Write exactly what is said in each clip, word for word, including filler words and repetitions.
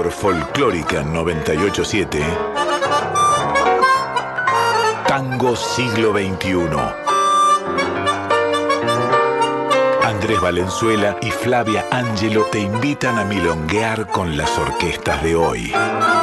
por Folclórica noventa y ocho punto siete. Tango Siglo veintiuno. Andrés Valenzuela y Flavia Ángelo te invitan a milonguear con las orquestas de hoy.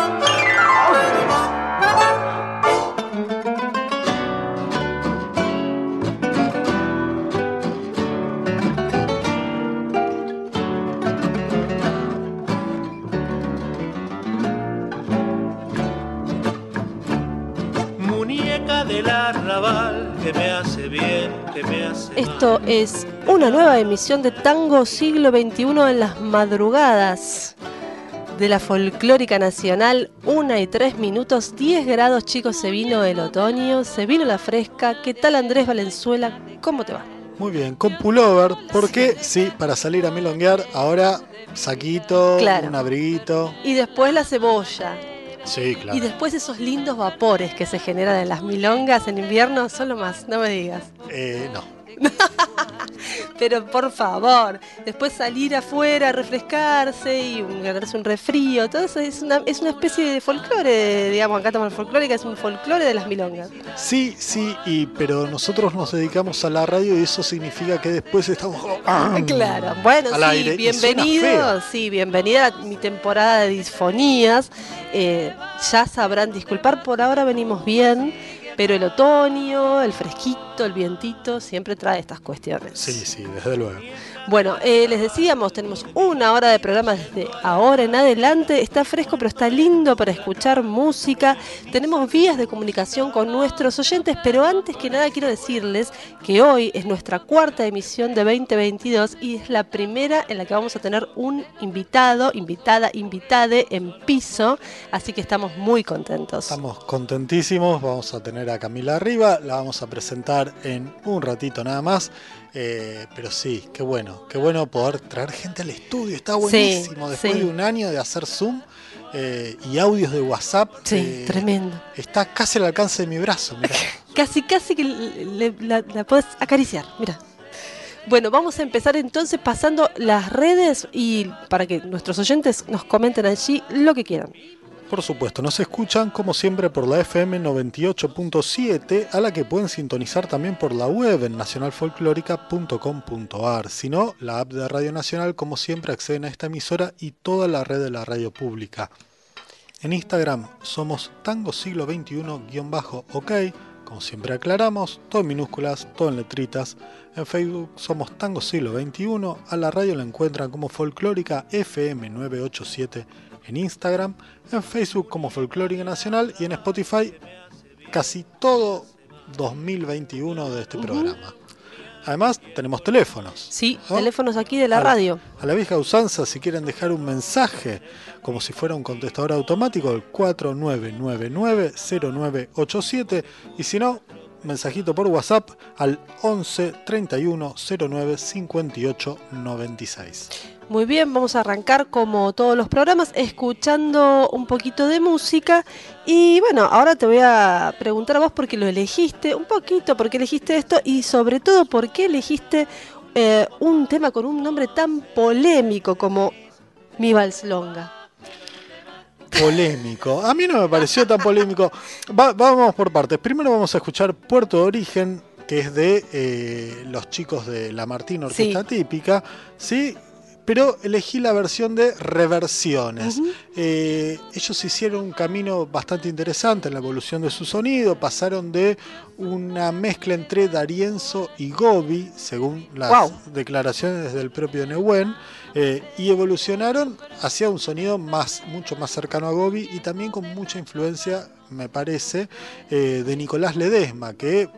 Esto es una nueva emisión de Tango Siglo veintiuno en las madrugadas de la Folclórica Nacional. Una y tres minutos, diez grados, chicos, se vino el otoño, se vino la fresca. ¿Qué tal, Andrés Valenzuela? ¿Cómo te va? Muy bien, con pullover, porque sí, sí para salir a milonguear, ahora saquito, claro, un abriguito. Y después la cebolla. Sí, claro. Y después esos lindos vapores que se generan en las milongas en invierno, son lo más, no me digas. Eh, no. Pero por favor, después salir afuera, refrescarse y ganarse un resfrío, todo eso es una, es una especie de folclore, digamos, acá estamos en folclórica, es un folclore de las milongas. Sí, sí, y, pero nosotros nos dedicamos a la radio y eso significa que después estamos... ¡ah! Claro, bueno, al sí, aire, bienvenido, sí, bienvenida a mi temporada de disfonías. Eh, ya sabrán disculpar, por ahora venimos bien. Pero el otoño, el fresquito, el vientito, siempre trae estas cuestiones. Sí, sí, desde luego. Bueno, eh, les decíamos, tenemos una hora de programa desde ahora en adelante. Está fresco, pero está lindo para escuchar música. Tenemos vías de comunicación con nuestros oyentes, pero antes que nada quiero decirles que hoy es nuestra cuarta emisión de veinte veintidós y es la primera en la que vamos a tener un invitado, invitada, invitade en piso. Así que estamos muy contentos. Estamos contentísimos, vamos a tener a Camila Arriba, la vamos a presentar en un ratito nada más, eh, pero sí, qué bueno, qué bueno poder traer gente al estudio, está buenísimo, sí, después sí. de un año de hacer Zoom eh, y audios de WhatsApp. Sí, eh, tremendo. Está casi al alcance de mi brazo, mirá. casi, casi que le, la, la podés acariciar, mirá. Bueno, vamos a empezar entonces pasando las redes y para que nuestros oyentes nos comenten allí lo que quieran. Por supuesto, nos escuchan como siempre por la F M noventa y ocho punto siete, a la que pueden sintonizar también por la web en nacional folclórica punto com punto a r. Si no, la app de Radio Nacional, como siempre, acceden a esta emisora y toda la red de la radio pública. En Instagram somos Tango Siglo veintiuno guión bajo OK, como siempre aclaramos, todo en minúsculas, todo en letritas. En Facebook somos Tango Siglo veintiuno, a la radio la encuentran como Folclórica F M novecientos ochenta y siete en Instagram, en Facebook como Folclórica Nacional y en Spotify casi todo dos mil veintiuno de este uh-huh. programa. Además tenemos teléfonos. Sí, ¿no? Teléfonos aquí de la a radio. La, a la vieja usanza, si quieren dejar un mensaje como si fuera un contestador automático, el cuatro nueve nueve nueve cero nueve ocho siete, y si no, mensajito por WhatsApp al once treinta y uno cero nueve cincuenta y ocho noventa y seis. Muy bien, vamos a arrancar como todos los programas escuchando un poquito de música y bueno, ahora te voy a preguntar a vos por qué lo elegiste, un poquito por qué elegiste esto y sobre todo por qué elegiste eh, un tema con un nombre tan polémico como Mi Vals Longa. Polémico, a mí no me pareció tan polémico. Va, vamos por partes. Primero vamos a escuchar Puerto de Origen, que es de eh, los chicos de La Martín Orquesta sí. Típica, ¿sí? Pero elegí la versión de Reversiones. Uh-huh. Eh, ellos hicieron un camino bastante interesante en la evolución de su sonido, pasaron de una mezcla entre D'Arienzo y Gobi, según las wow. declaraciones del propio Nehuen, eh, y evolucionaron hacia un sonido más, mucho más cercano a Gobi y también con mucha influencia, me parece, eh, de Nicolás Ledesma, que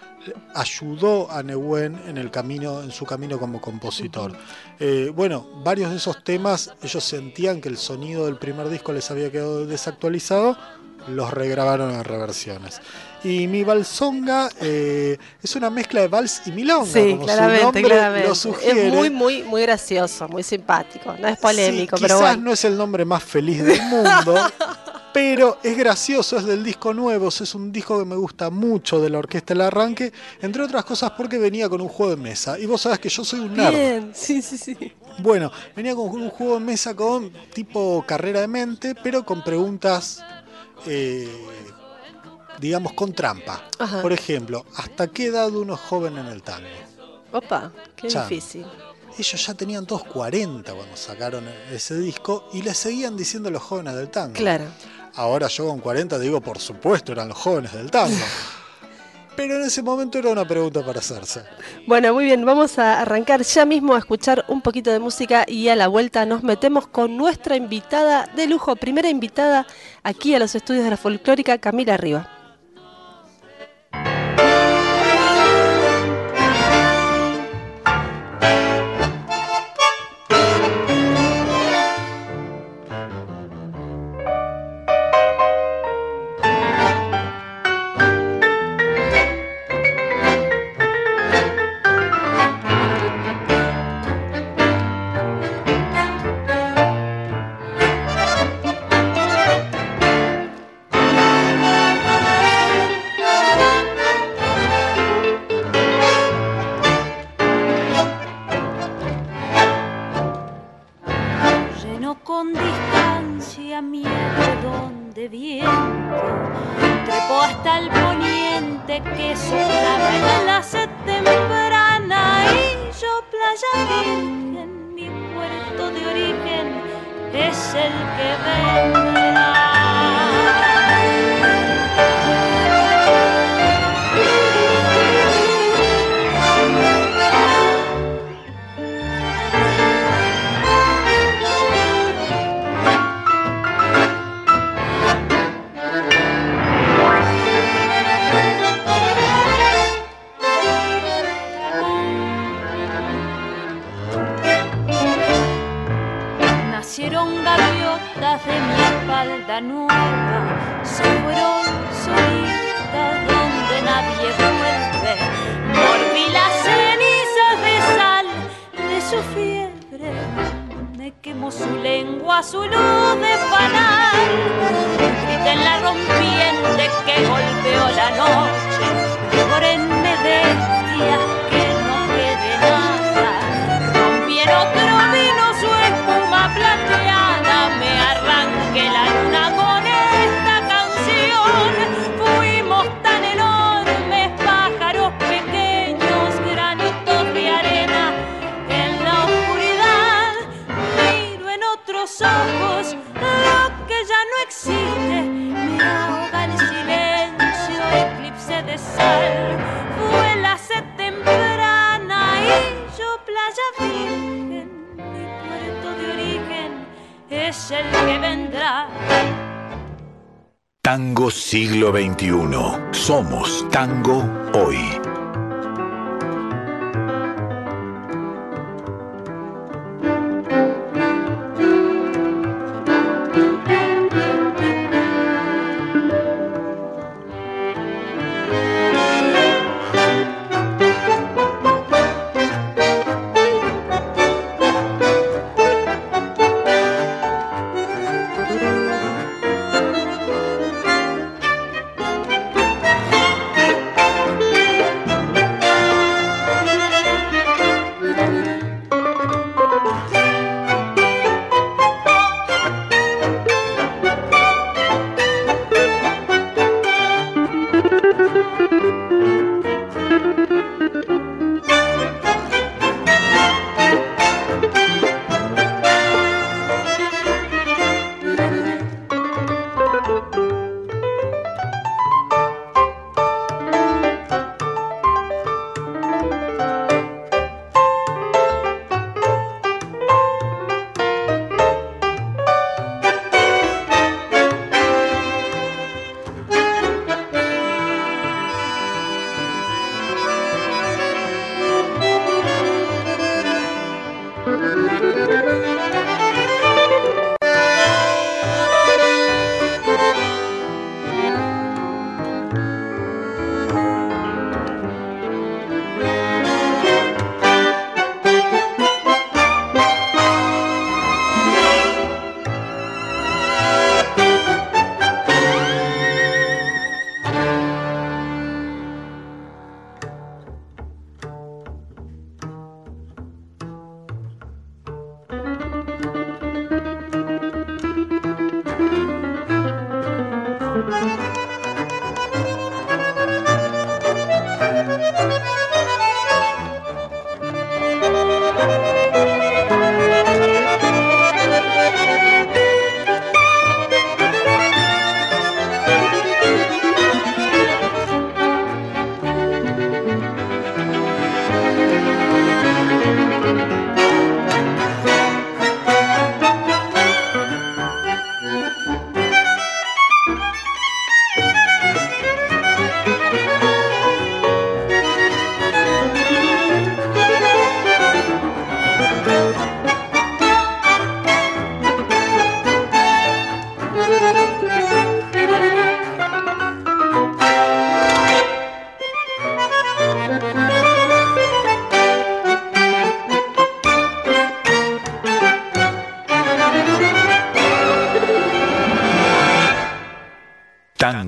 ayudó a Nehuen en el camino, en su camino como compositor. Eh, bueno, varios de esos temas ellos sentían que el sonido del primer disco les había quedado desactualizado, los regrabaron en reversiones. Y Mi Valsonga eh, es una mezcla de vals y milonga, sí, como claramente, su nombre claramente. lo sugiere. Es muy, muy, muy gracioso, muy simpático, no es polémico, sí, pero quizás bueno. no es el nombre más feliz del mundo. Pero es gracioso, es del disco nuevo, es un disco que me gusta mucho de la Orquesta El Arranque, entre otras cosas porque venía con un juego de mesa. Y vos sabés que yo soy un nerd. Bien, sí, sí, sí. Bueno, venía con un juego de mesa con tipo carrera de mente, pero con preguntas, eh, digamos, con trampa. Ajá. Por ejemplo, ¿hasta qué edad uno es joven en el tango? Opa, qué Chan. difícil. Ellos ya tenían todos cuarenta cuando sacaron ese disco y les seguían diciendo los jóvenes del tango. Claro. Ahora yo con cuarenta digo, por supuesto, eran los jóvenes del tango. Pero en ese momento era una pregunta para hacerse. Bueno, muy bien, vamos a arrancar ya mismo a escuchar un poquito de música y a la vuelta nos metemos con nuestra invitada de lujo, primera invitada aquí a los estudios de la Folclórica, Camila Riva. Tango siglo veintiuno. Somos tango hoy.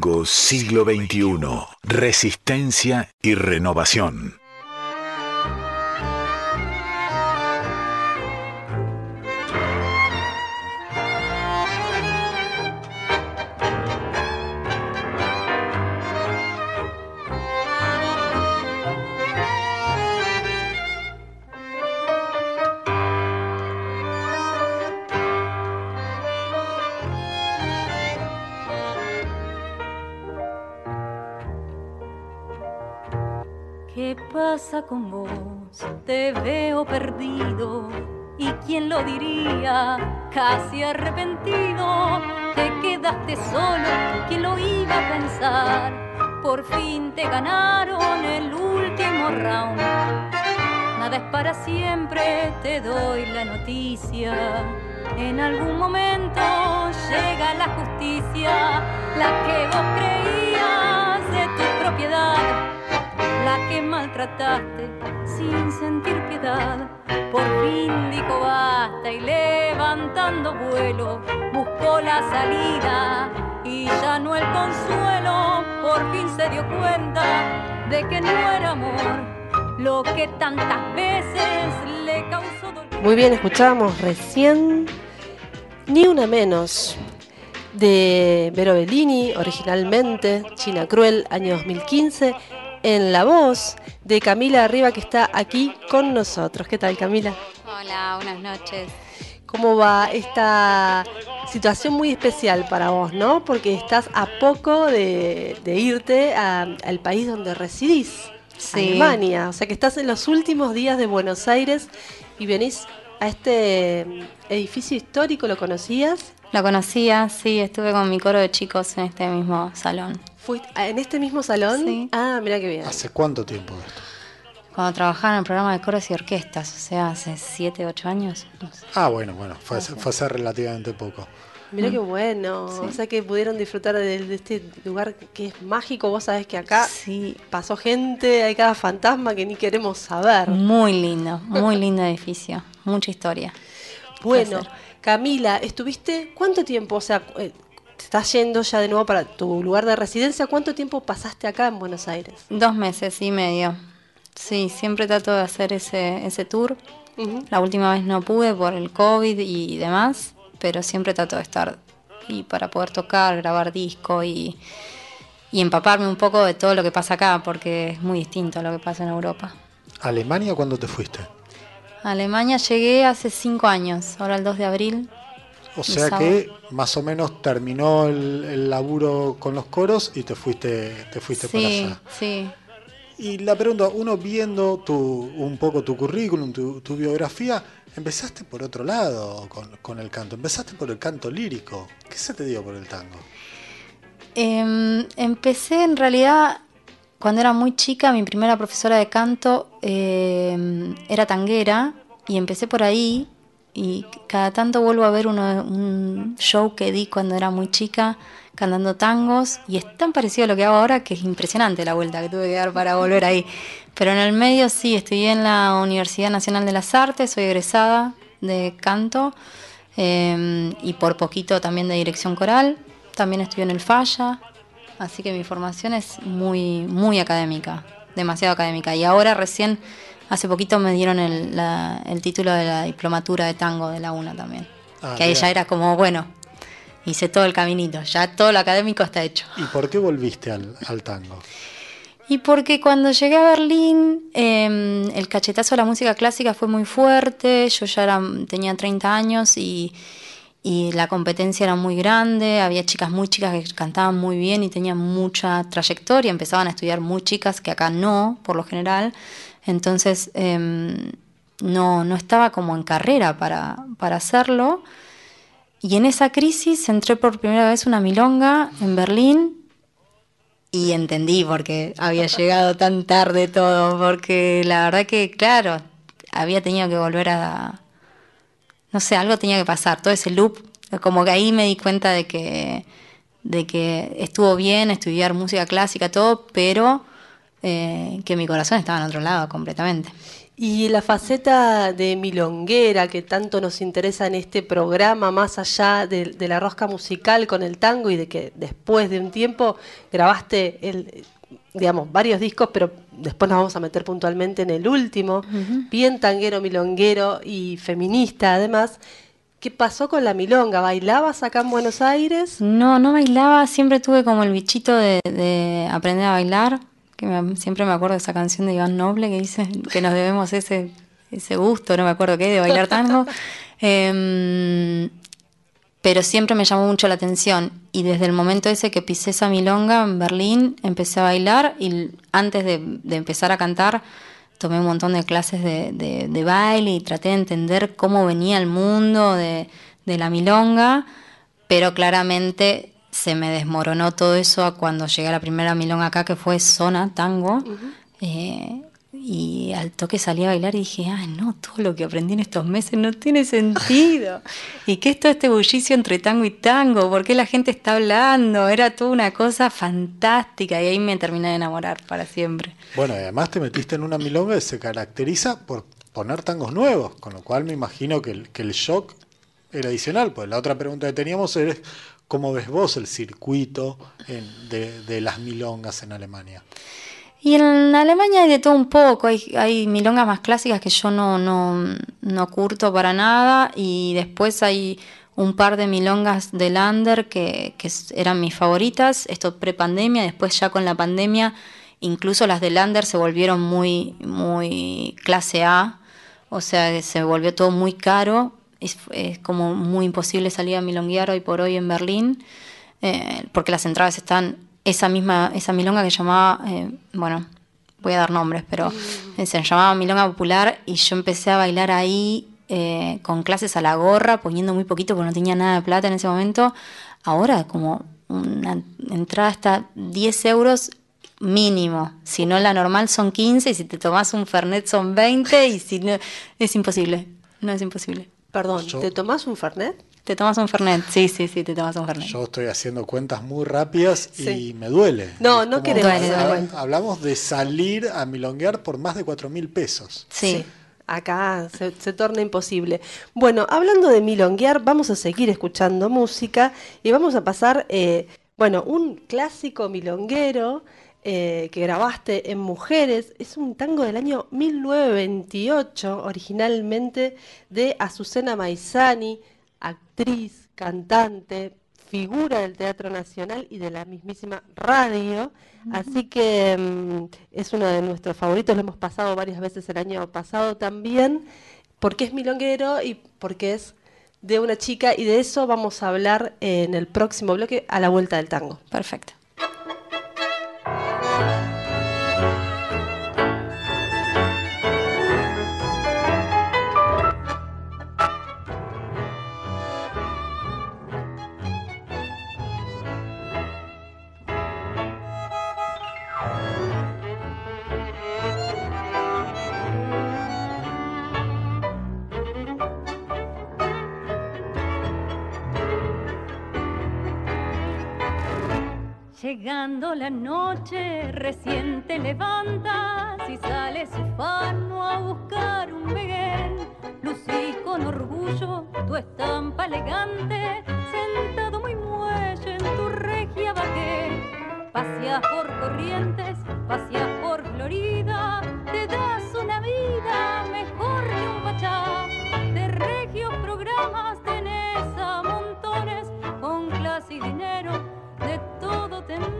Tango siglo veintiuno. Resistencia y renovación. ¿Qué pasa con vos? Te veo perdido. ¿Y quién lo diría? Casi arrepentido. Te quedaste solo. ¿Quién lo iba a pensar? Por fin te ganaron el último round. Nada es para siempre, te doy la noticia. En algún momento llega la justicia, la que vos creías de tu propiedad, la que maltrataste sin sentir piedad. Por fin dijo basta y levantando vuelo buscó la salida y ya no el consuelo. Por fin se dio cuenta de que no era amor lo que tantas veces le causó dolor. Muy bien, escuchábamos recién Ni una menos de Vero Bellini, originalmente China Cruel, año dos mil quince, en la voz de Camila Arriba, que está aquí con nosotros. ¿Qué tal, Camila? Hola, buenas noches. ¿Cómo va esta situación muy especial para vos, no? Porque estás a poco de, de irte a, al país donde residís, sí. Alemania. O sea que estás en los últimos días de Buenos Aires y venís a este edificio histórico. ¿Lo conocías? Lo conocía, sí, estuve con mi coro de chicos en este mismo salón. ¿Fuiste en este mismo salón? Sí. Ah, mira qué bien. ¿Hace cuánto tiempo de esto? Cuando trabajaba en el programa de coros y orquestas, o sea, hace siete, ocho años. No sé. Ah, bueno, bueno, fue, hace, fue hace relativamente poco. Mira qué bueno, sí. O sea que pudieron disfrutar de, de este lugar que es mágico. Vos sabés que acá sí. pasó gente, hay cada fantasma que ni queremos saber. Muy lindo, muy lindo edificio, mucha historia. Bueno, Camila, ¿estuviste cuánto tiempo? O sea, te estás yendo ya de nuevo para tu lugar de residencia. ¿Cuánto tiempo pasaste acá en Buenos Aires? Dos meses y medio. Sí, siempre trato de hacer ese, ese tour. Uh-huh. La última vez no pude por el COVID y demás, pero siempre trato de estar y para poder tocar, grabar disco y, y empaparme un poco de todo lo que pasa acá, porque es muy distinto a lo que pasa en Europa. ¿Alemania cuándo te fuiste? A Alemania llegué hace cinco años, ahora el dos de abril. O sea que más o menos terminó el, el laburo con los coros y te fuiste, te fuiste sí, para allá. Sí, sí. Y la pregunta, uno viendo tu, un poco tu currículum, tu, tu biografía, empezaste por otro lado con, con el canto, empezaste por el canto lírico. ¿Qué se te dio por el tango? Eh, empecé en realidad cuando era muy chica, mi primera profesora de canto eh, era tanguera y empecé por ahí y cada tanto vuelvo a ver uno, un show que di cuando era muy chica cantando tangos y es tan parecido a lo que hago ahora que es impresionante la vuelta que tuve que dar para volver ahí. Pero en el medio sí, estudié en la Universidad Nacional de las Artes, soy egresada de canto eh, y por poquito también de dirección coral, también estudié en el Falla, así que mi formación es muy, muy académica, demasiado académica. Y ahora recién, hace poquito me dieron el, la, el título de la diplomatura de tango de la UNA también, ah, que ahí ya era como, bueno, hice todo el caminito, ya todo lo académico está hecho. ¿Y por qué volviste al, al tango? Y porque cuando llegué a Berlín, eh, el cachetazo a la música clásica fue muy fuerte, yo ya era, tenía treinta años y, y la competencia era muy grande, había chicas muy chicas que cantaban muy bien y tenían mucha trayectoria, empezaban a estudiar muy chicas, que acá no, por lo general, entonces eh, no, no estaba como en carrera para, para hacerlo. Y en esa crisis entré por primera vez una milonga en Berlín y entendí por qué había llegado tan tarde todo, porque la verdad que, claro, había tenido que volver a... No sé, algo tenía que pasar, todo ese loop, como que ahí me di cuenta de que, de que estuvo bien estudiar música clásica, todo, pero eh, que mi corazón estaba en otro lado completamente. Y la faceta de milonguera que tanto nos interesa en este programa, más allá de, de la rosca musical con el tango y de que después de un tiempo grabaste el, digamos, varios discos, pero después nos vamos a meter puntualmente en el último, uh-huh. bien tanguero, milonguero y feminista además. ¿Qué pasó con la milonga? ¿Bailabas acá en Buenos Aires? No, no bailaba, siempre tuve como el bichito de, de aprender a bailar. Que me, siempre me acuerdo de esa canción de Iván Noble que dice que nos debemos ese, ese gusto, no me acuerdo qué, de bailar tango. eh, pero siempre me llamó mucho la atención. Y desde el momento ese que pisé esa milonga en Berlín, empecé a bailar. Y antes de, de empezar a cantar, tomé un montón de clases de, de, de baile y traté de entender cómo venía el mundo de, de la milonga. Pero claramente se me desmoronó todo eso cuando llegué a la primera milonga acá, que fue Zona Tango. Uh-huh. eh, y al toque salí a bailar y dije, ah, no, todo lo que aprendí en estos meses no tiene sentido. ¿Y qué es todo este bullicio entre tango y tango? ¿Por qué la gente está hablando? Era toda una cosa fantástica y ahí me terminé de enamorar para siempre. Bueno, y además te metiste en una milonga que se caracteriza por poner tangos nuevos, con lo cual me imagino que el, que el shock era adicional. Pues la otra pregunta que teníamos era, ¿cómo ves vos el circuito en, de, de las milongas en Alemania? Y en Alemania hay de todo un poco, hay, hay milongas más clásicas que yo no, no, no curto para nada, y después hay un par de milongas de Lander que, que eran mis favoritas, esto pre-pandemia. Después ya con la pandemia incluso las de Lander se volvieron muy, muy clase A, o sea, se volvió todo muy caro. Es, es como muy imposible salir a milonguear hoy por hoy en Berlín, eh, porque las entradas están, esa misma, esa milonga que llamaba, eh, bueno, voy a dar nombres, pero eh, se llamaba Milonga Popular, y yo empecé a bailar ahí eh, con clases a la gorra, poniendo muy poquito porque no tenía nada de plata en ese momento. Ahora como una entrada está diez euros mínimo, si no la normal son quince, y si te tomás un Fernet son veinte, y si no, es imposible, no es imposible. Perdón, Yo, ¿te tomás un Fernet? Te tomas un Fernet, sí, sí, sí, te tomas un Fernet. Yo estoy haciendo cuentas muy rápidas y sí. me duele. No, no queremos. Duele, duele. Hablamos de salir a milonguear por más de cuatro mil pesos. Sí. sí. Acá se, se torna imposible. Bueno, hablando de milonguear, vamos a seguir escuchando música y vamos a pasar, eh, bueno, un clásico milonguero eh, que grabaste en Mujeres. Es un tango del año mil novecientos veintiocho, originalmente de Azucena Maizani, actriz, cantante, figura del Teatro Nacional y de la mismísima radio. Así que um, es uno de nuestros favoritos, lo hemos pasado varias veces el año pasado también, porque es milonguero y porque es de una chica, y de eso vamos a hablar en el próximo bloque, a la vuelta del tango. Perfecto. Llegando la noche, recién te levantas y sales ufano a buscar un veguén. Lucís con orgullo tu estampa elegante, sentado muy muelle en tu regia bagué. Paseas por Corrientes, paseas por Florida, te das una vida mejor que un pachá. De regios programas tenés a montones, con clase y dinero de todo tendrás,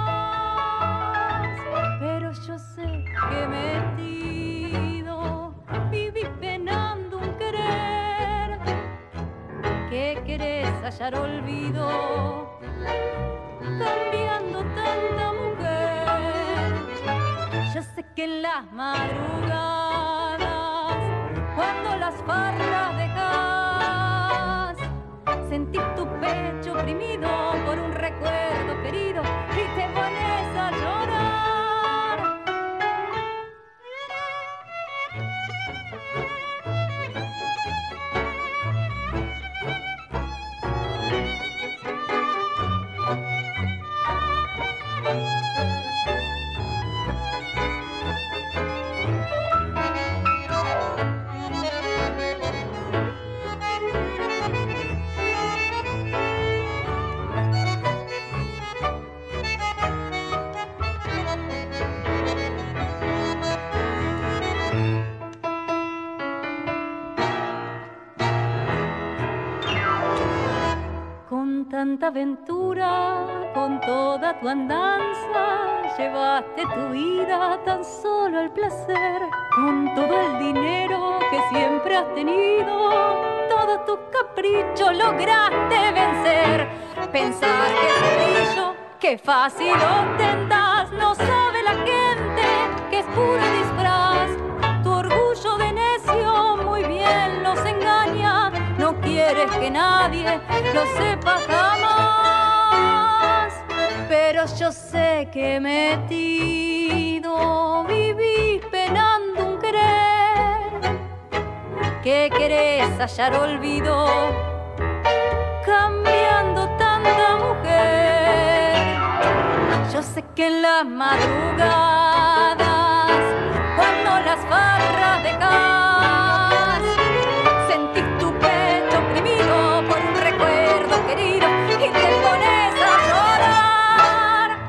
pero yo sé que metido vivís penando un querer, que querés hallar olvido, cambiando tanta mujer. Yo sé que en las madrugadas, cuando las farras dejás, sentís tu pecho oprimido por un recuerdo querido y te pones a llorar. tanta aventura, con toda tu andanza, llevaste tu vida tan solo al placer. Con todo el dinero que siempre has tenido, todos tus caprichos lograste vencer. Pensar que ese brillo, que fácil ostentas, no sabe la gente que es puro disfraz. Tu orgullo de necio muy bien los engaña, no quieres que nadie lo sepa jamás. Pero yo sé que metido vivís penando un querer, que querés hallar olvido cambiando tanta mujer. Yo sé que en las madrugadas, cuando las barras dejas, sentís tu pecho oprimido por un recuerdo querido y te pones a llorar.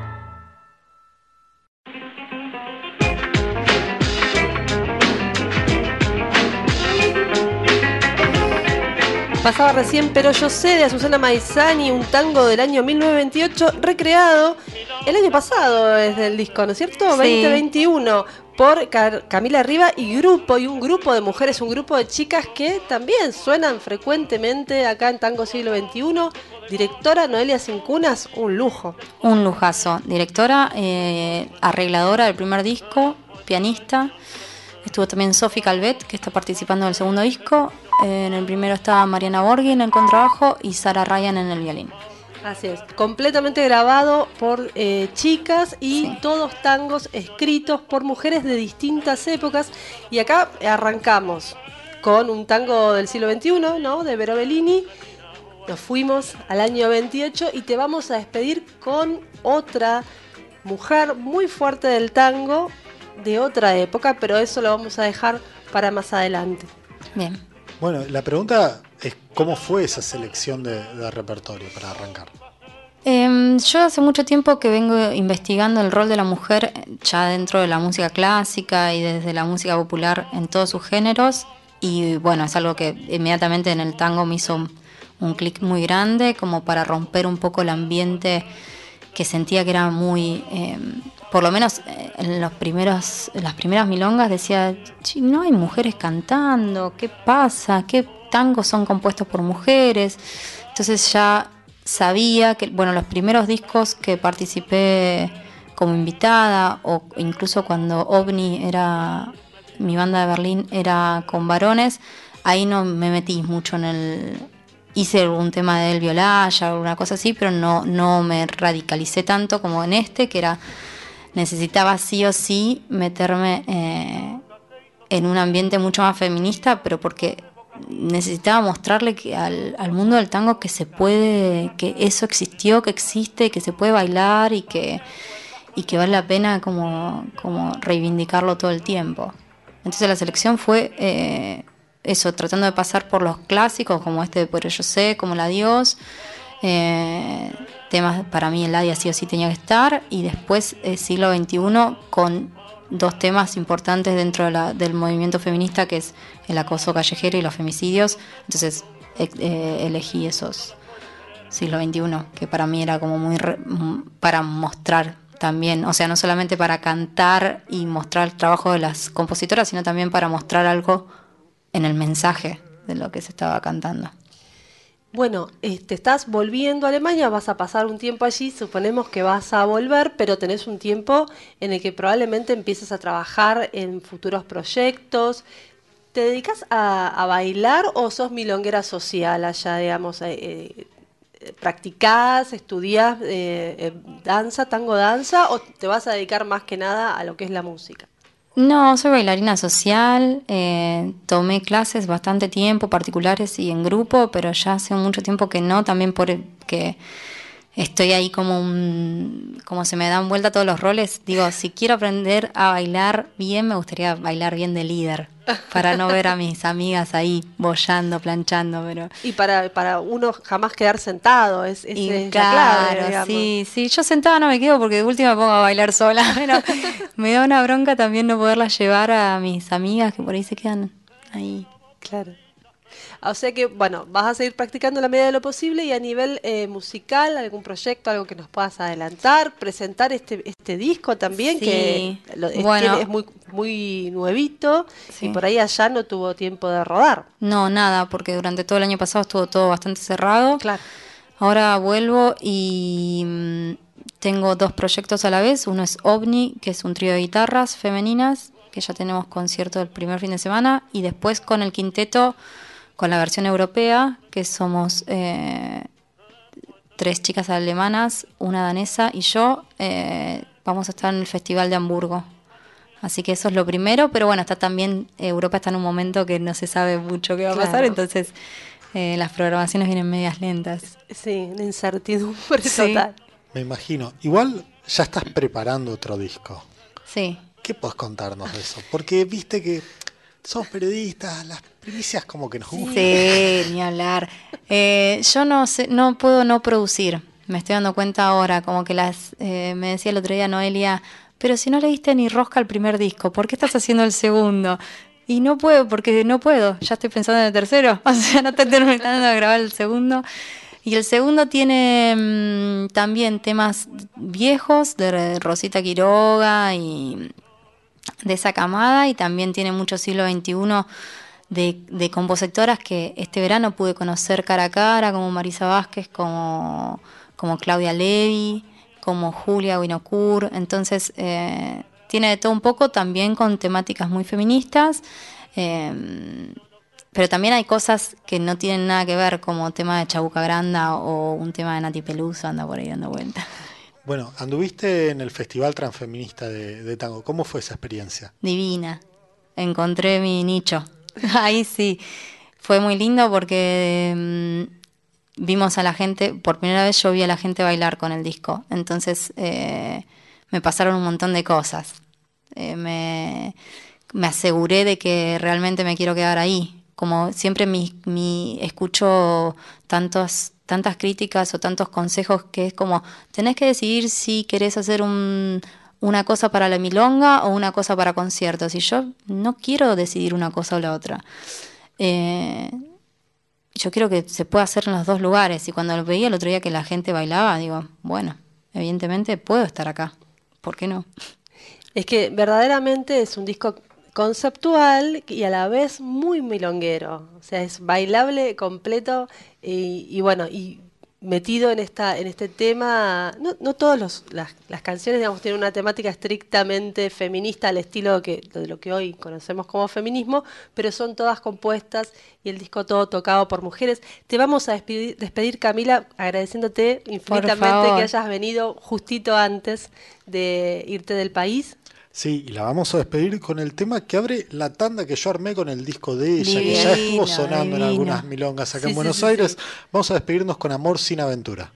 Pasaba recién Pero yo sé, de Azucena Maizani, un tango del año mil novecientos veintiocho, recreado el año pasado desde el disco, ¿no es cierto? Sí. veinte veintiuno, por Car- Camila Riva y grupo, y un grupo de mujeres, un grupo de chicas que también suenan frecuentemente acá en Tango Siglo veintiuno. Directora Noelia Cincunas, un lujo. Un lujazo. Directora, eh, arregladora del primer disco, pianista. Estuvo también Sofi Calvet, que está participando en el segundo disco. Eh, en el primero estaba Mariana Borghi en el contrabajo y Sara Ryan en el violín. Así es, completamente grabado por eh, chicas y Sí. todos tangos escritos por mujeres de distintas épocas. Y acá arrancamos con un tango del siglo veintiuno, ¿no? De Vero Bellini. Nos fuimos al año veintiocho y te vamos a despedir con otra mujer muy fuerte del tango de otra época, pero eso lo vamos a dejar para más adelante. Bien. Bueno, la pregunta es ¿cómo fue esa selección de, de repertorio para arrancar? Eh, yo hace mucho tiempo que vengo investigando el rol de la mujer ya dentro de la música clásica y desde la música popular en todos sus géneros, y bueno, es algo que inmediatamente en el tango me hizo un clic muy grande como para romper un poco el ambiente que sentía que era muy, eh, por lo menos eh, en los primeros, en las primeras milongas decía, no hay mujeres cantando, ¿qué pasa? ¿Qué tangos son compuestos por mujeres? Entonces ya sabía que, bueno, los primeros discos que participé como invitada, o incluso cuando OVNI era, mi banda de Berlín era con varones, ahí no me metí mucho en el... Hice algún tema de Elvio Olaya, alguna cosa así, pero no, no me radicalicé tanto como en este, que era, necesitaba sí o sí meterme eh, en un ambiente mucho más feminista, pero porque necesitaba mostrarle que al, al mundo del tango que se puede, que eso existió, que existe, que se puede bailar y que, y que vale la pena como, como reivindicarlo todo el tiempo. Entonces la selección fue... Eh, eso, tratando de pasar por los clásicos como este de Pero yo sé, como el Adiós, eh, temas, para mí el Adia sí o sí tenía que estar, y después el siglo veintiuno con dos temas importantes dentro de la, del movimiento feminista, que es el acoso callejero y los femicidios. Entonces eh, elegí esos siglo veintiuno, que para mí era como muy re, para mostrar también, o sea, no solamente para cantar y mostrar el trabajo de las compositoras, sino también para mostrar algo en el mensaje de lo que se estaba cantando. Bueno, eh, te estás volviendo a Alemania, vas a pasar un tiempo allí, suponemos que vas a volver, pero tenés un tiempo en el que probablemente empieces a trabajar en futuros proyectos. ¿Te dedicas a, a bailar o sos milonguera social allá, digamos? Eh, eh, ¿Practicás, estudiás eh, eh, danza, tango danza, o te vas a dedicar más que nada a lo que es la música? No, soy bailarina social, eh, tomé clases bastante tiempo, particulares y en grupo, pero ya hace mucho tiempo que no, también porque estoy ahí como un, como se me dan vuelta todos los roles. Digo, si quiero aprender a bailar bien, me gustaría bailar bien de líder, para no ver a mis amigas ahí boyando, planchando, pero... Y para, para uno jamás quedar sentado, es, es, Y es claro, la clave, digamos. sí, sí, yo sentada no me quedo porque de última me pongo a bailar sola, pero me da una bronca también no poderla llevar a mis amigas que por ahí se quedan ahí. Claro. O sea que, bueno, vas a seguir practicando en la medida de lo posible y a nivel eh, musical, algún proyecto, algo que nos puedas adelantar, presentar este este disco también, Sí, que lo, es, bueno. tiene- es muy muy nuevito Sí. y por ahí allá no tuvo tiempo de rodar. No, nada, porque durante todo el año pasado estuvo todo bastante cerrado. Claro. Ahora vuelvo y mm, tengo dos proyectos a la vez. Uno es OVNI, que es un trío de guitarras femeninas, que ya tenemos concierto el primer fin de semana. Y después con el quinteto, con la versión europea, que somos eh, tres chicas alemanas, una danesa y yo, eh, vamos a estar en el Festival de Hamburgo. Así que eso es lo primero, pero bueno, está también, Europa está en un momento que no se sabe mucho qué va a Claro. pasar, entonces eh, las programaciones vienen medias lentas. Sí, una incertidumbre Sí. total. Me imagino. Igual ya estás preparando otro disco. Sí. ¿Qué puedes contarnos de eso? Porque viste que somos periodistas, las primicias como que nos gustan. Sí, ni hablar. Eh, yo no sé, no puedo no producir. Me estoy dando cuenta ahora, como que las, eh, me decía el otro día Noelia, pero si no le diste ni rosca al primer disco, ¿por qué estás haciendo el segundo? Y no puedo, porque no puedo. Ya estoy pensando en el tercero. O sea, no estoy terminando de grabar el segundo. Y el segundo tiene mmm, también temas viejos de Rosita Quiroga y de esa camada, y también tiene mucho siglo veintiuno de, de compositoras que este verano pude conocer cara a cara, como Marisa Vázquez, como, como Claudia Levi, como Julia Winocourt. Entonces eh, tiene de todo un poco, también con temáticas muy feministas, eh, pero también hay cosas que no tienen nada que ver, como tema de Chabuca Granda o un tema de Nati Peluso, anda por ahí dando vueltas. Bueno, anduviste en el Festival Transfeminista de, de Tango. ¿Cómo fue esa experiencia? Divina. Encontré mi nicho. Ahí sí. Fue muy lindo porque mmm, vimos a la gente, por primera vez yo vi a la gente bailar con el disco. Entonces eh, me pasaron un montón de cosas. Eh, me, me aseguré de que realmente me quiero quedar ahí. Como siempre mi, mi, escucho tantos, tantas críticas o tantos consejos que es como, tenés que decidir si querés hacer un, una cosa para la milonga o una cosa para conciertos. Y yo no quiero decidir una cosa o la otra. Eh, yo quiero que se pueda hacer en los dos lugares. Y cuando lo veía el otro día que la gente bailaba, digo, bueno, evidentemente puedo estar acá. ¿Por qué no? Es que verdaderamente es un disco conceptual y a la vez muy milonguero, o sea, es bailable completo y, y bueno, y metido en esta en este tema, no, no todas los, las, las canciones, digamos, tienen una temática estrictamente feminista al estilo que, de lo que hoy conocemos como feminismo, pero son todas compuestas y el disco todo tocado por mujeres. Te vamos a despedir, despedir Camila, agradeciéndote infinitamente que hayas venido justito antes de irte del país. Sí, y la vamos a despedir con el tema que abre la tanda que yo armé con el disco de ella, Divino, que ya estuvo sonando divino. en algunas milongas acá Sí, en sí, Buenos sí, Aires. sí. Vamos a despedirnos con Amor sin aventura.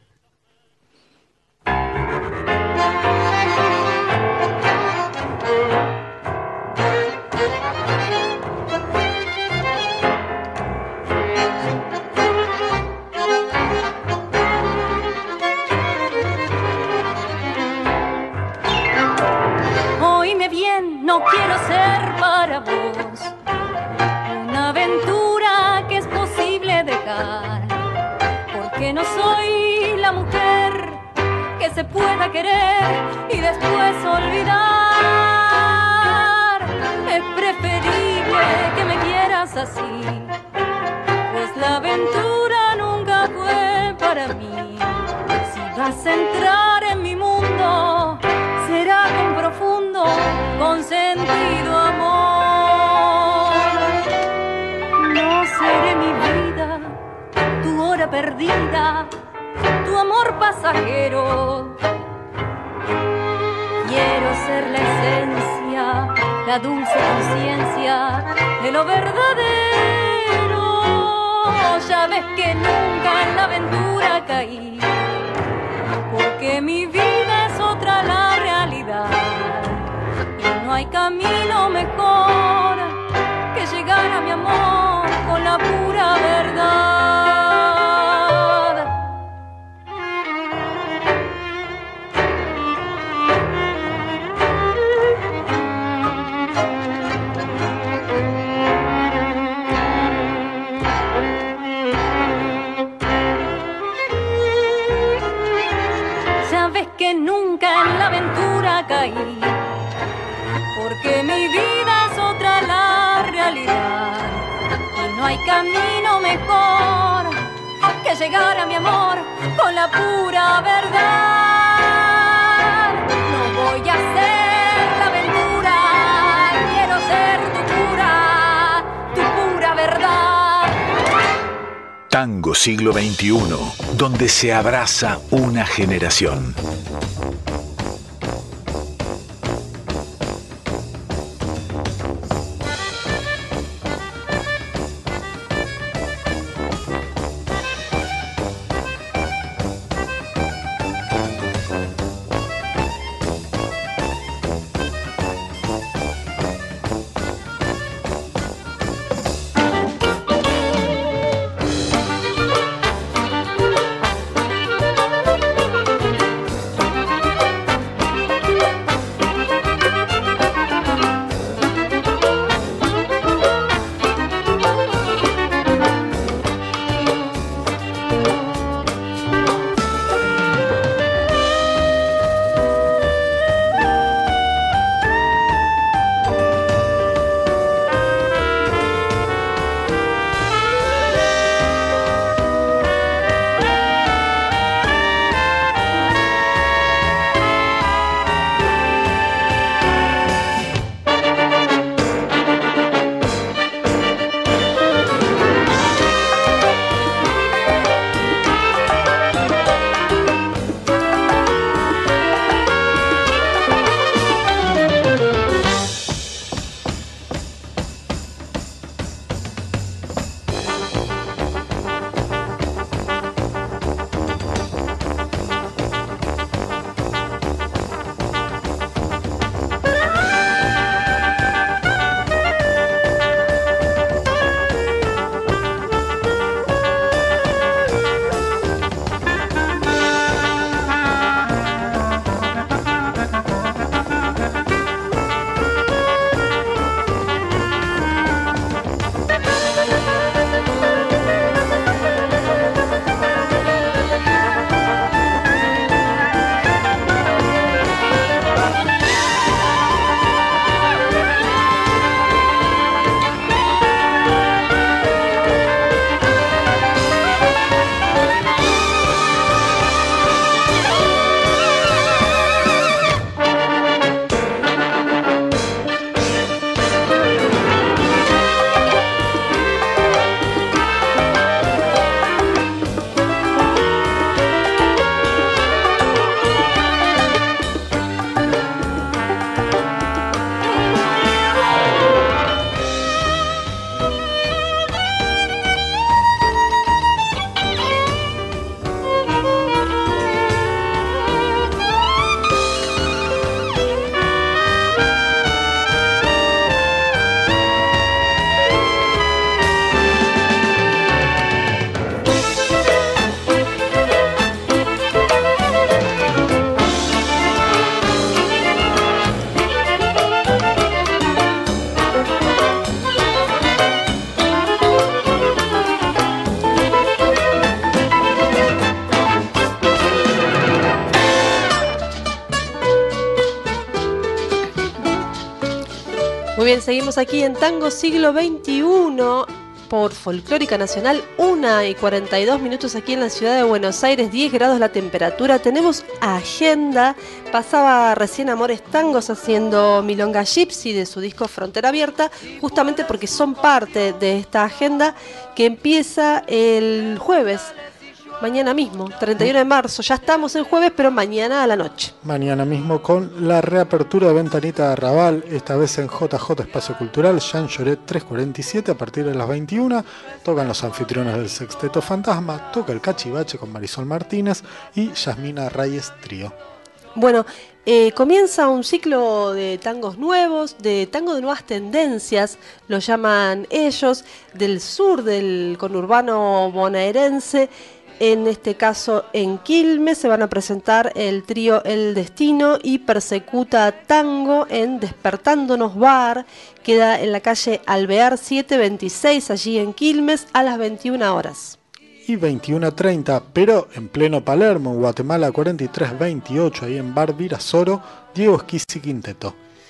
Oíme bien, no quiero ser para vos una aventura que es posible dejar, porque no soy la mujer que se pueda querer y después olvidar. Es preferible que me quieras así, pues la aventura nunca fue para mí. Si vas a entrar en mi mundo, será con profundo, con sentido amor. No seré mi vida, tu hora perdida, tu amor pasajero. Quiero ser la esencia, la dulce conciencia de lo verdadero. Ya ves que nunca en la aventura caí, porque mi vida es otra la realidad, y no hay camino mejor que llegar a mi amor con la pura verdad. camino mejor que llegar a mi amor con la pura verdad. No voy a hacer la aventura, quiero ser tu pura, tu pura verdad. Tango siglo veintiuno, donde se abraza una generación. Muy bien, seguimos aquí en Tango siglo veintiuno por Folclórica Nacional, una y cuarenta y dos minutos aquí en la ciudad de Buenos Aires, diez grados la temperatura. Tenemos agenda. Pasaba recién Amores Tangos haciendo Milonga Gypsy de su disco Frontera Abierta, justamente porque son parte de esta agenda que empieza el jueves. Mañana mismo, treinta y uno de marzo, ya estamos en jueves, pero mañana a la noche. Mañana mismo con la reapertura de Ventanita de Arrabal, esta vez en J J Espacio Cultural, Jean Lloret trescientos cuarenta y siete, a partir de las veintiuna. Tocan los anfitriones del Sexteto Fantasma, toca el Cachivache con Marisol Martínez y Yasmina Reyes Trío. Bueno, eh, comienza un ciclo de tangos nuevos, de tango de nuevas tendencias, lo llaman ellos, del sur del conurbano bonaerense. En este caso, en Quilmes se van a presentar el trío El Destino y Persecuta Tango en Despertándonos Bar. Queda en la calle Alvear setecientos veintiséis, allí en Quilmes, a las veintiuna horas. Y veintiuna treinta, pero en pleno Palermo, en Guatemala cuarenta y tres veintiocho, ahí en Bar Virasoro, Diego Esquisi Quinteto.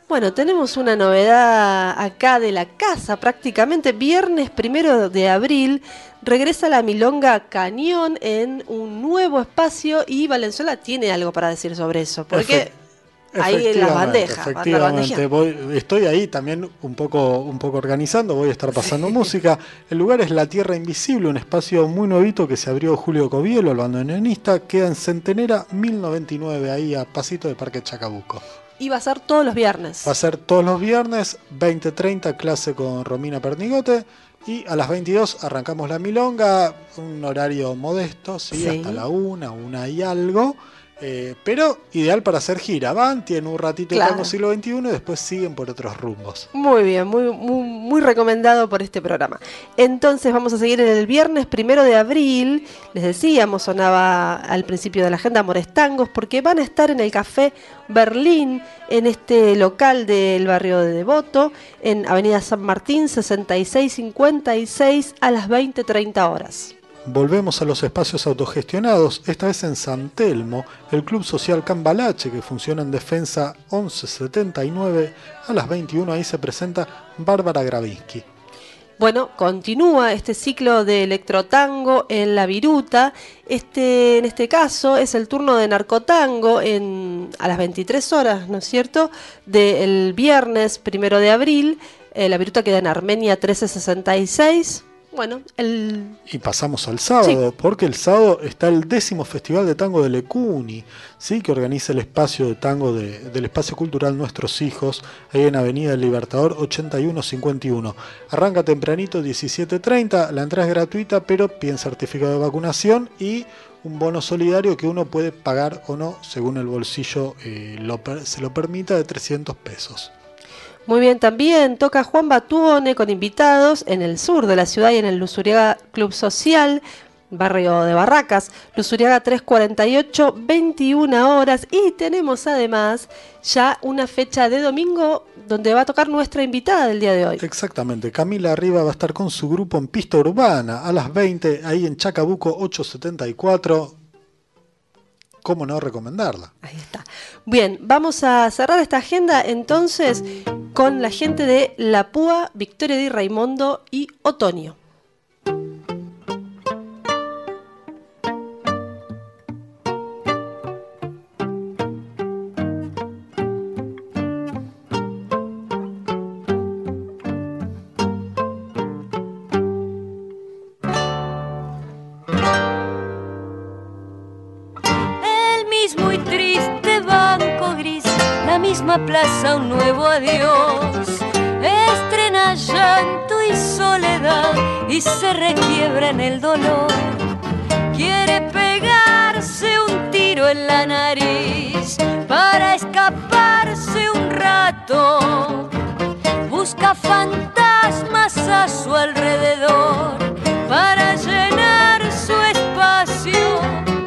Bueno, tenemos una novedad acá de la casa, prácticamente viernes primero de abril regresa la Milonga Cañón en un nuevo espacio y Valenzuela tiene algo para decir sobre eso, porque Efe- ahí en las bandejas. Efectivamente, voy, estoy ahí también un poco, un poco organizando, voy a estar pasando sí. música. El lugar es La Tierra Invisible, un espacio muy nuevito que se abrió Julio Covielo, el bandoneonista, queda en Centenera mil noventa y nueve, ahí a pasito de Parque Chacabuco. Y va a ser todos los viernes. Va a ser todos los viernes, veinte treinta, clase con Romina Pernigote. Y a las veintidós arrancamos la milonga, un horario modesto, ¿sí? Sí. Hasta la una, una y algo. Eh, pero ideal para hacer gira. Van, tienen un ratito de tango siglo veintiuno y después siguen por otros rumbos. Muy bien, muy, muy, muy recomendado por este programa. Entonces vamos a seguir en el viernes primero de abril. Les decíamos, sonaba al principio de la agenda Amores Tangos, porque van a estar en el Café Berlín, en este local del barrio de Devoto, en Avenida San Martín sesenta y seis cincuenta y seis a las veinte treinta horas. Volvemos a los espacios autogestionados, esta vez en San Telmo, el Club Social Cambalache, que funciona en Defensa once setenta y nueve, a las veintiuno, ahí se presenta Bárbara Gravinsky. Bueno, continúa este ciclo de electrotango en La Viruta. Este, en este caso es el turno de narcotango en, a las veintitrés horas, ¿no es cierto?, del viernes primero de abril. Eh, La Viruta queda en Armenia trece sesenta y seis. Bueno, el... Y pasamos al sábado, sí. porque el sábado está el décimo Festival de Tango de Lecuni, ¿sí? que organiza el espacio de tango de, del Espacio Cultural Nuestros Hijos, ahí en Avenida del Libertador ochenta y uno cincuenta y uno. Arranca tempranito, diecisiete treinta, la entrada es gratuita, pero piden certificado de vacunación y un bono solidario que uno puede pagar o no, según el bolsillo eh, lo, se lo permita, de trescientos pesos. Muy bien, también toca Juan Batuone con invitados en el sur de la ciudad y en el Luzuriaga Club Social, barrio de Barracas, Luzuriaga trescientos cuarenta y ocho, veintiuna horas. Y tenemos además ya una fecha de domingo donde va a tocar nuestra invitada del día de hoy. Exactamente, Camila Arriba va a estar con su grupo en Pista Urbana a las veinte, ahí en Chacabuco ochocientos setenta y cuatro. ¿Cómo no recomendarla? Ahí está. Bien, vamos a cerrar esta agenda entonces con la gente de La Púa, Victoria Di Raimondo y Otoño. Plaza, un nuevo adiós, estrena llanto y soledad y se requiebra en el dolor. Quiere pegarse un tiro en la nariz para escaparse un rato. Busca fantasmas a su alrededor para llenar su espacio.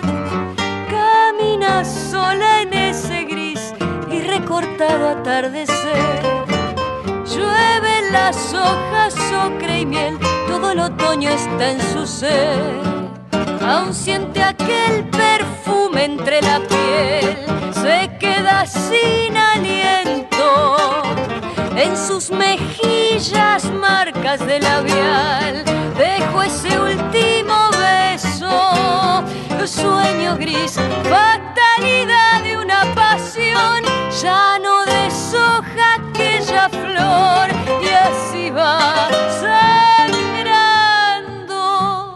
Camina sola en ese gris recortado atardecer, llueve las hojas, ocre y miel, todo el otoño está en su ser. Aún siente aquel perfume entre la piel, se queda sin aliento. En sus mejillas marcas de labial, dejó ese último beso. Sueño gris, fatalidad de una pasión, ya no deshoja aquella flor y así va sangrando.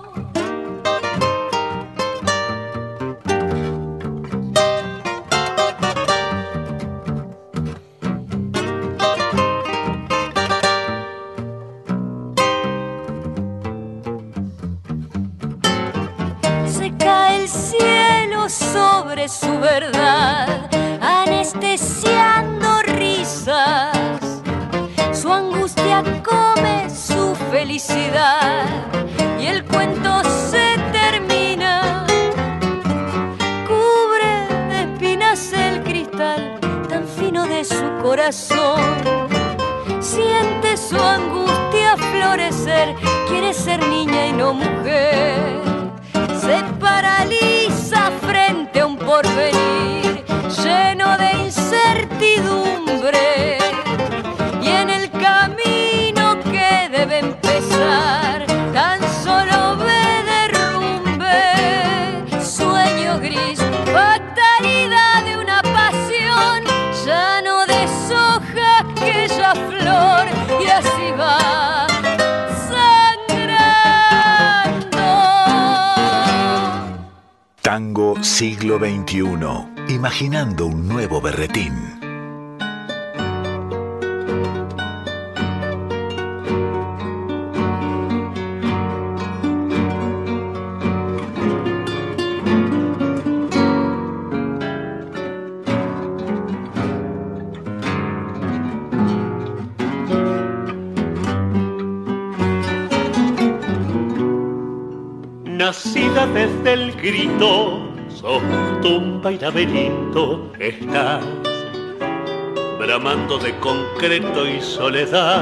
Se cae el cielo sobre su verdad, anestesiando risas. Su angustia come su felicidad y el cuento se termina. Cubre de espinas el cristal tan fino de su corazón. Siente su angustia florecer, quiere ser niña y no mujer. Se paraliza frente a un porvenir lleno de incertidumbre. Tango siglo veintiuno, imaginando un nuevo berretín. Nacida desde el grito, sos tumba y laberinto, estás bramando de concreto y soledad.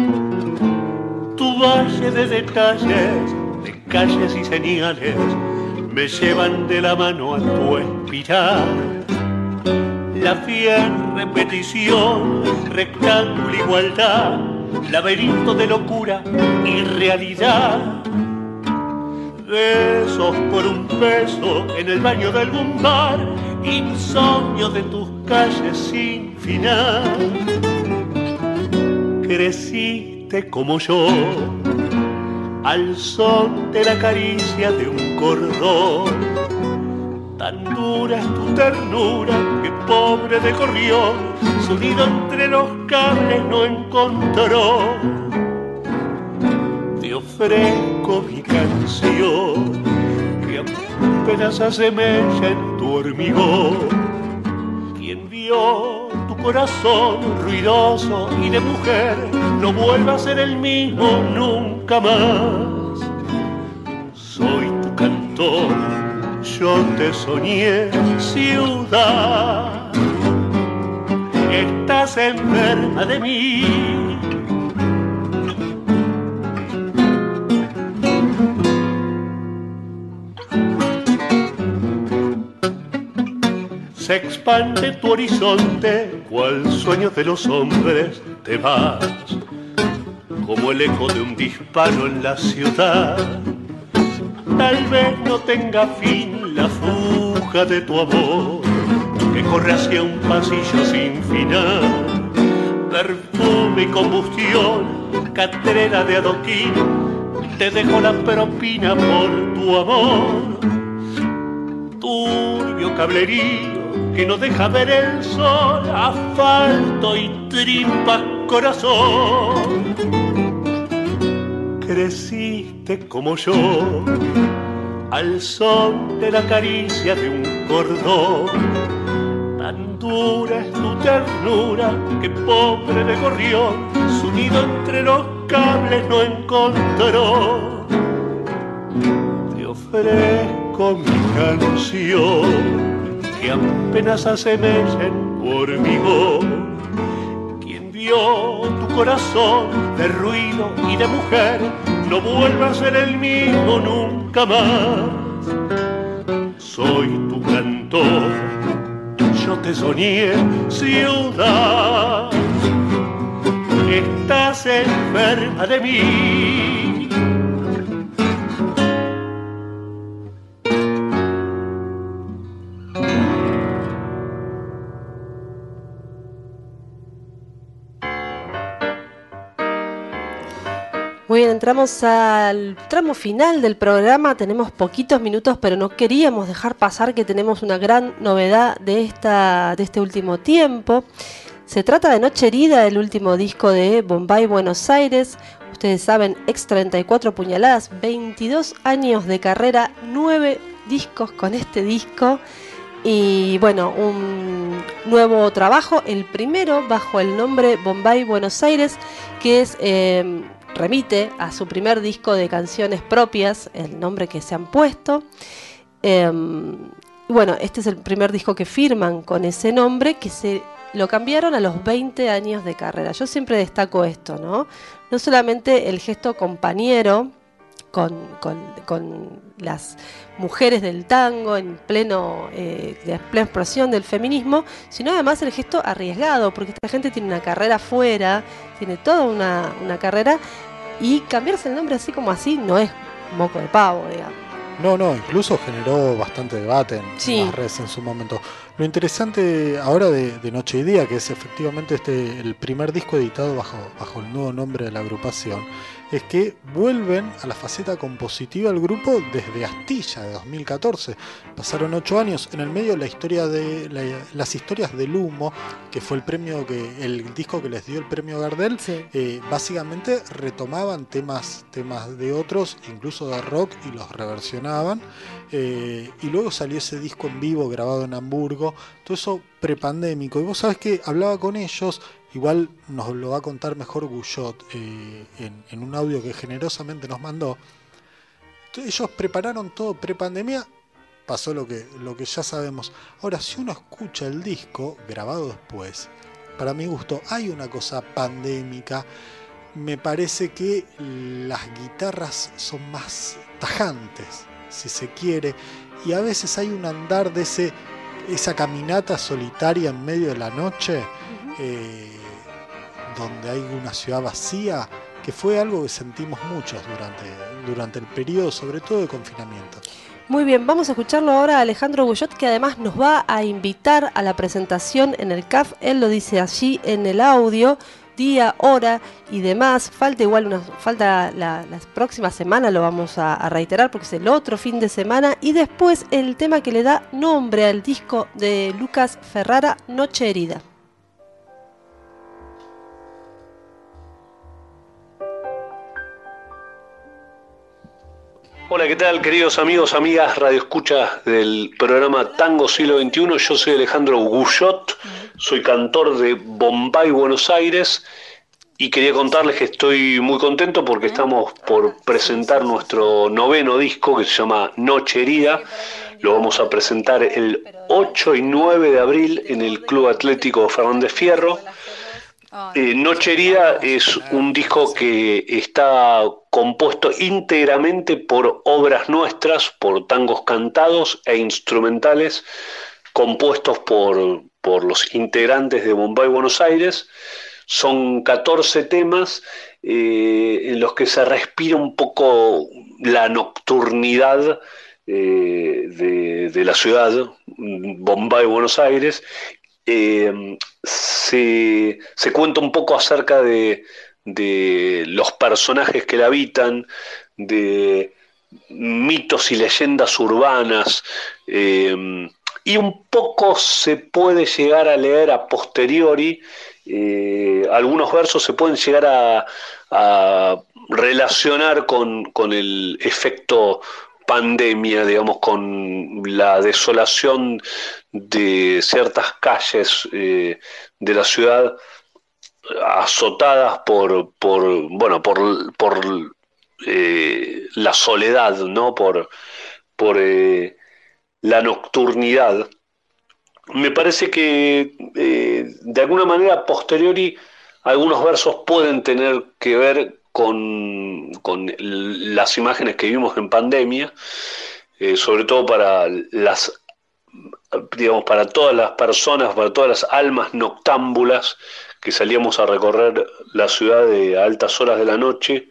Tu valle de detalles, de calles y señales, me llevan de la mano a tu espiral. La fiel repetición, rectángulo, igualdad, laberinto de locura y realidad. Besos por un beso en el baño de algún bar, insomnio de tus calles sin final. Creciste como yo, al son de la caricia de un cordón. Tan dura es tu ternura que pobre de gorrión, su nido entre los cables no encontró. Te ofrezco mi canción, que apenas asemeja en tu hormigón. Quien vio tu corazón ruidoso y de mujer, no vuelva a ser el mismo nunca más. Soy tu cantor, yo te soñé, ciudad. Estás enferma de mí. Se expande tu horizonte, cual sueño de los hombres te vas, como el eco de un disparo en la ciudad. Tal vez no tenga fin la fuga de tu amor, que corre hacia un pasillo sin final. Perfume y combustión, catrera de adoquín, te dejo la propina por tu amor. Turbio cablerío que no deja ver el sol, asfalto y tripas corazón. Creciste como yo, al son de la caricia de un cordón. Tan dura es tu ternura que pobre de gorrión, su nido entre los cables no encontró. Te ofrezco mi canción, que apenas asemeja en tu hormigón. Quien vio tu corazón de ruido y de mujer, no vuelva a ser el mismo nunca más. Soy tu cantor, yo te soñé, ciudad. Estás enferma de mí. Muy bien, entramos al tramo final del programa, tenemos poquitos minutos, pero no queríamos dejar pasar que tenemos una gran novedad de, esta, de este último tiempo. Se trata de Noche Herida, el último disco de Bombay, Buenos Aires. Ustedes saben, ex treinta y cuatro puñaladas, veintidós años de carrera, nueve discos con este disco. Y bueno, un nuevo trabajo, el primero bajo el nombre Bombay, Buenos Aires, que es... Eh, remite a su primer disco de canciones propias, el nombre que se han puesto. Eh, bueno, este es el primer disco que firman con ese nombre, que se lo cambiaron a los veinte años de carrera. Yo siempre destaco esto, ¿no? No solamente el gesto compañero con, con, con las mujeres del tango en pleno eh, de plena explosión del feminismo, sino además el gesto arriesgado, porque esta gente tiene una carrera afuera, tiene toda una, una carrera, y cambiarse el nombre así como así no es moco de pavo, digamos. No, no, incluso generó bastante debate en sí. las redes en su momento. Lo interesante ahora de, de Noche y Día, que es efectivamente este el primer disco editado bajo, bajo el nuevo nombre de la agrupación, es que vuelven a la faceta compositiva del grupo desde Astilla de dos mil catorce. Pasaron ocho años. En el medio la historia de la, las historias del humo, que fue el premio que el disco que les dio el premio Gardel, sí. eh, básicamente retomaban temas temas de otros, incluso de rock, y los reversionaban. Eh, y luego salió ese disco en vivo grabado en Hamburgo, todo eso prepandémico. Y vos sabés que hablaba con ellos, igual nos lo va a contar mejor Guyot eh, en, en un audio que generosamente nos mandó. Entonces, ellos prepararon todo prepandemia, pasó lo que, lo que ya sabemos. Ahora, si uno escucha el disco grabado después, para mi gusto hay una cosa pandémica. Me parece que las guitarras son más tajantes, si se quiere, y a veces hay un andar de ese esa caminata solitaria en medio de la noche, uh-huh. eh, donde hay una ciudad vacía, que fue algo que sentimos muchos durante, durante el periodo, sobre todo de confinamiento. Muy bien, vamos a escucharlo ahora a Alejandro Guyot, que además nos va a invitar a la presentación en el C A F. Él lo dice allí en el audio, día, hora y demás. Falta igual una falta la, la próxima semana, lo vamos a, a reiterar porque es el otro fin de semana. Y después el tema que le da nombre al disco de Lucas Ferrara, Noche Herida. Hola, ¿qué tal, queridos amigos, amigas, radioescuchas del programa Tango Siglo veintiuno? Yo soy Alejandro Guyot, soy cantor de Bombay, Buenos Aires, y quería contarles que estoy muy contento porque estamos por presentar nuestro noveno disco, que se llama Noche Herida. Lo vamos a presentar el ocho y nueve de abril en el Club Atlético Fernández Fierro. Eh, Noche Herida es un disco que está compuesto íntegramente por obras nuestras, por tangos cantados e instrumentales compuestos por, por los integrantes de Bombay Buenos Aires. Son catorce temas eh, en los que se respira un poco la nocturnidad eh, de, de la ciudad, Bombay Buenos Aires. Eh, se, se cuenta un poco acerca de, de los personajes que la habitan, de mitos y leyendas urbanas, eh, y un poco se puede llegar a leer a posteriori, eh, algunos versos se pueden llegar a, a relacionar con, con el efecto pandemia, digamos, con la desolación de ciertas calles eh, de la ciudad azotadas por, por bueno, por, por eh, la soledad, ¿no? Por, por eh, la nocturnidad. Me parece que eh, de alguna manera a posteriori algunos versos pueden tener que ver con, con las imágenes que vimos en pandemia, eh, sobre todo para las, digamos, para todas las personas, para todas las almas noctámbulas que salíamos a recorrer la ciudad de a altas horas de la noche.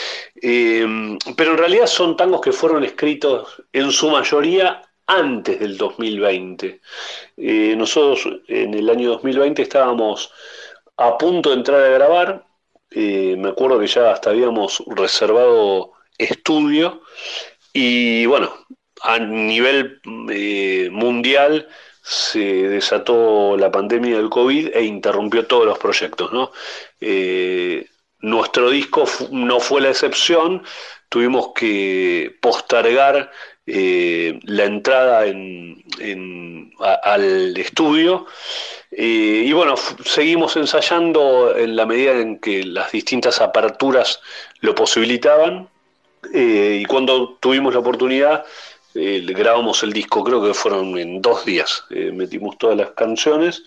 Eh, pero en realidad son tangos que fueron escritos en su mayoría antes del dos mil veinte. Eh, nosotros en el año dos mil veinte estábamos a punto de entrar a grabar. Eh, me acuerdo que ya hasta habíamos reservado estudio y bueno, a nivel eh, mundial se desató la pandemia del COVID e interrumpió todos los proyectos, ¿no? Eh, nuestro disco f- no fue la excepción, tuvimos que postergar eh, la entrada en, en, a, al estudio. Eh, y bueno, f- seguimos ensayando en la medida en que las distintas aperturas lo posibilitaban, eh, y cuando tuvimos la oportunidad eh, grabamos el disco, creo que fueron en dos días, eh, metimos todas las canciones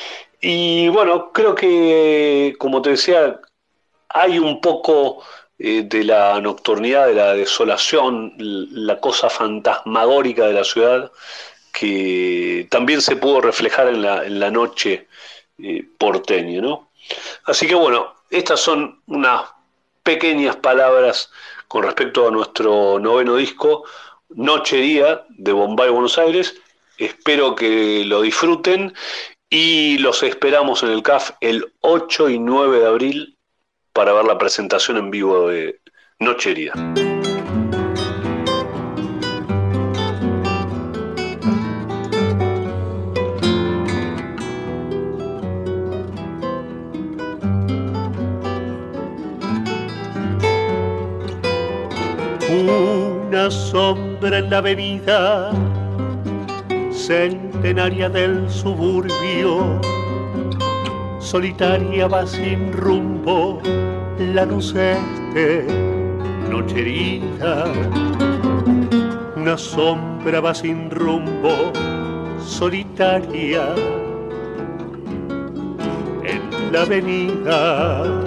y bueno, creo que, como te decía, hay un poco eh, de la nocturnidad, de la desolación, la cosa fantasmagórica de la ciudad, que también se pudo reflejar en la, en la noche eh, porteña, ¿no? Así que bueno, estas son unas pequeñas palabras con respecto a nuestro noveno disco, Noche Día, de Bombay, Buenos Aires. Espero que lo disfruten y los esperamos en el C A F el ocho y nueve de abril para ver la presentación en vivo de, Noche herida. Una sombra en la avenida centenaria del suburbio, solitaria va sin rumbo, la luz este, noche herida. Una sombra va sin rumbo, solitaria en la avenida.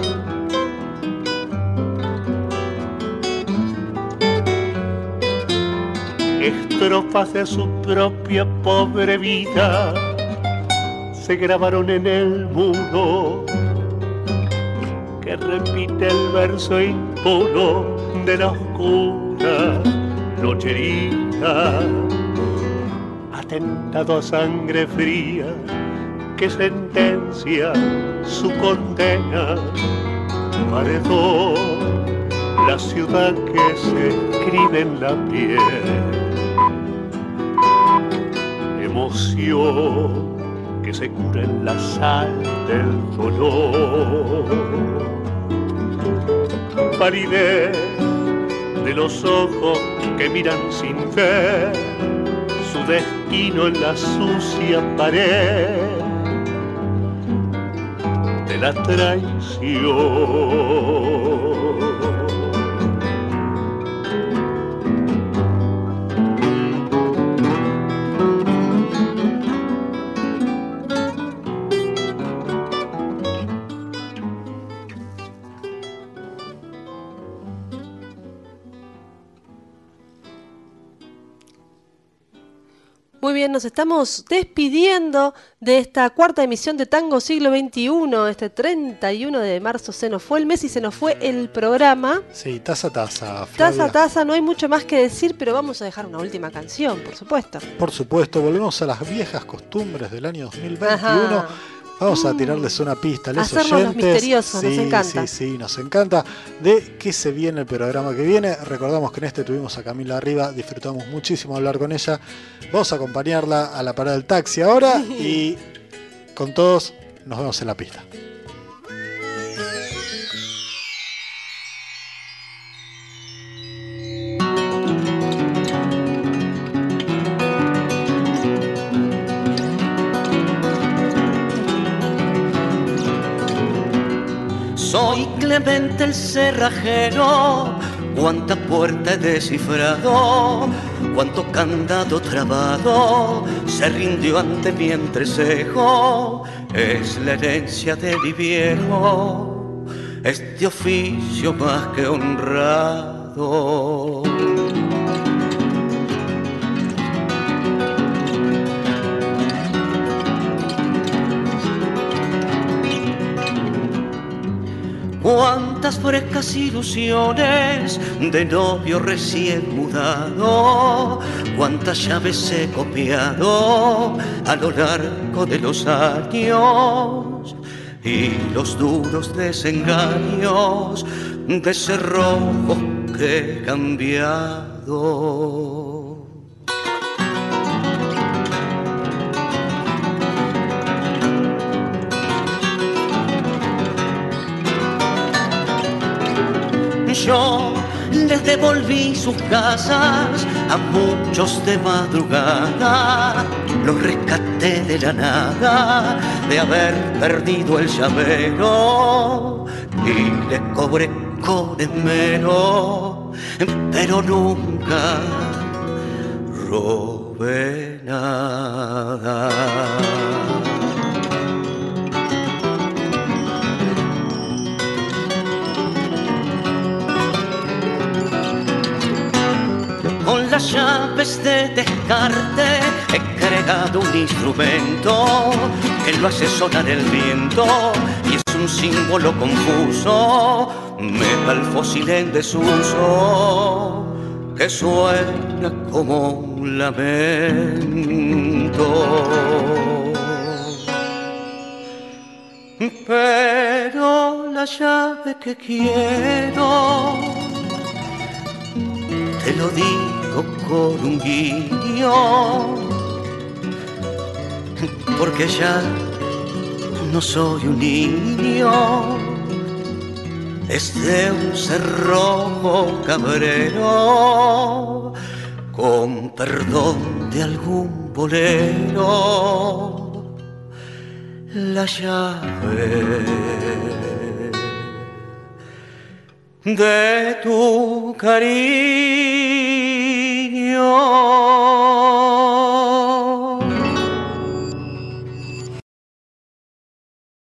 Estrofas de su propia pobre vida se grabaron en el muro que repite el verso impuro de la oscura noche herida. Atentado a sangre fría que sentencia su condena, paredón, la ciudad que se escribe en la piel. Emoción que se cura en la sal del dolor. Palidez de los ojos que miran sin ver su destino en la sucia pared de la traición. Muy bien, nos estamos despidiendo de esta cuarta emisión de Tango Siglo veintiuno. Este treinta y uno de marzo se nos fue el mes y se nos fue el programa. Sí, taza taza, Flavia. Taza taza, no hay mucho más que decir, pero vamos a dejar una última canción, por supuesto. Por supuesto, volvemos a las viejas costumbres del año dos mil veintiuno. Ajá. Vamos a tirarles una pista a los Hacernos oyentes. los misteriosos, sí, nos encanta. Sí, sí, nos encanta. De qué se viene el programa que viene. Recordamos que en este tuvimos a Camila Arriba, disfrutamos muchísimo hablar con ella. Vamos a acompañarla a la parada del taxi ahora y con todos nos vemos en la pista. Soy Clemente el cerrajero, cuánta puerta he descifrado, cuánto candado trabado se rindió ante mi entrecejo. Es la herencia de mi viejo, este oficio más que honrado. Cuántas frescas ilusiones de novio recién mudado, cuántas llaves he copiado a lo largo de los años y los duros desengaños de cerrojos que he cambiado. Yo les devolví sus casas a muchos de madrugada, los rescaté de la nada, de haber perdido el llavero, y les cobré con esmero, pero nunca robé nada. Con las llaves de descarte he creado un instrumento que lo hace sonar el viento y es un símbolo confuso, metal fósil en desuso que suena como un lamento. Pero la llave que quiero te lo digo con un guiño, porque ya no soy un niño, es de un cerrojo cabrero, con perdón de algún bolero, la llave de tu cariño.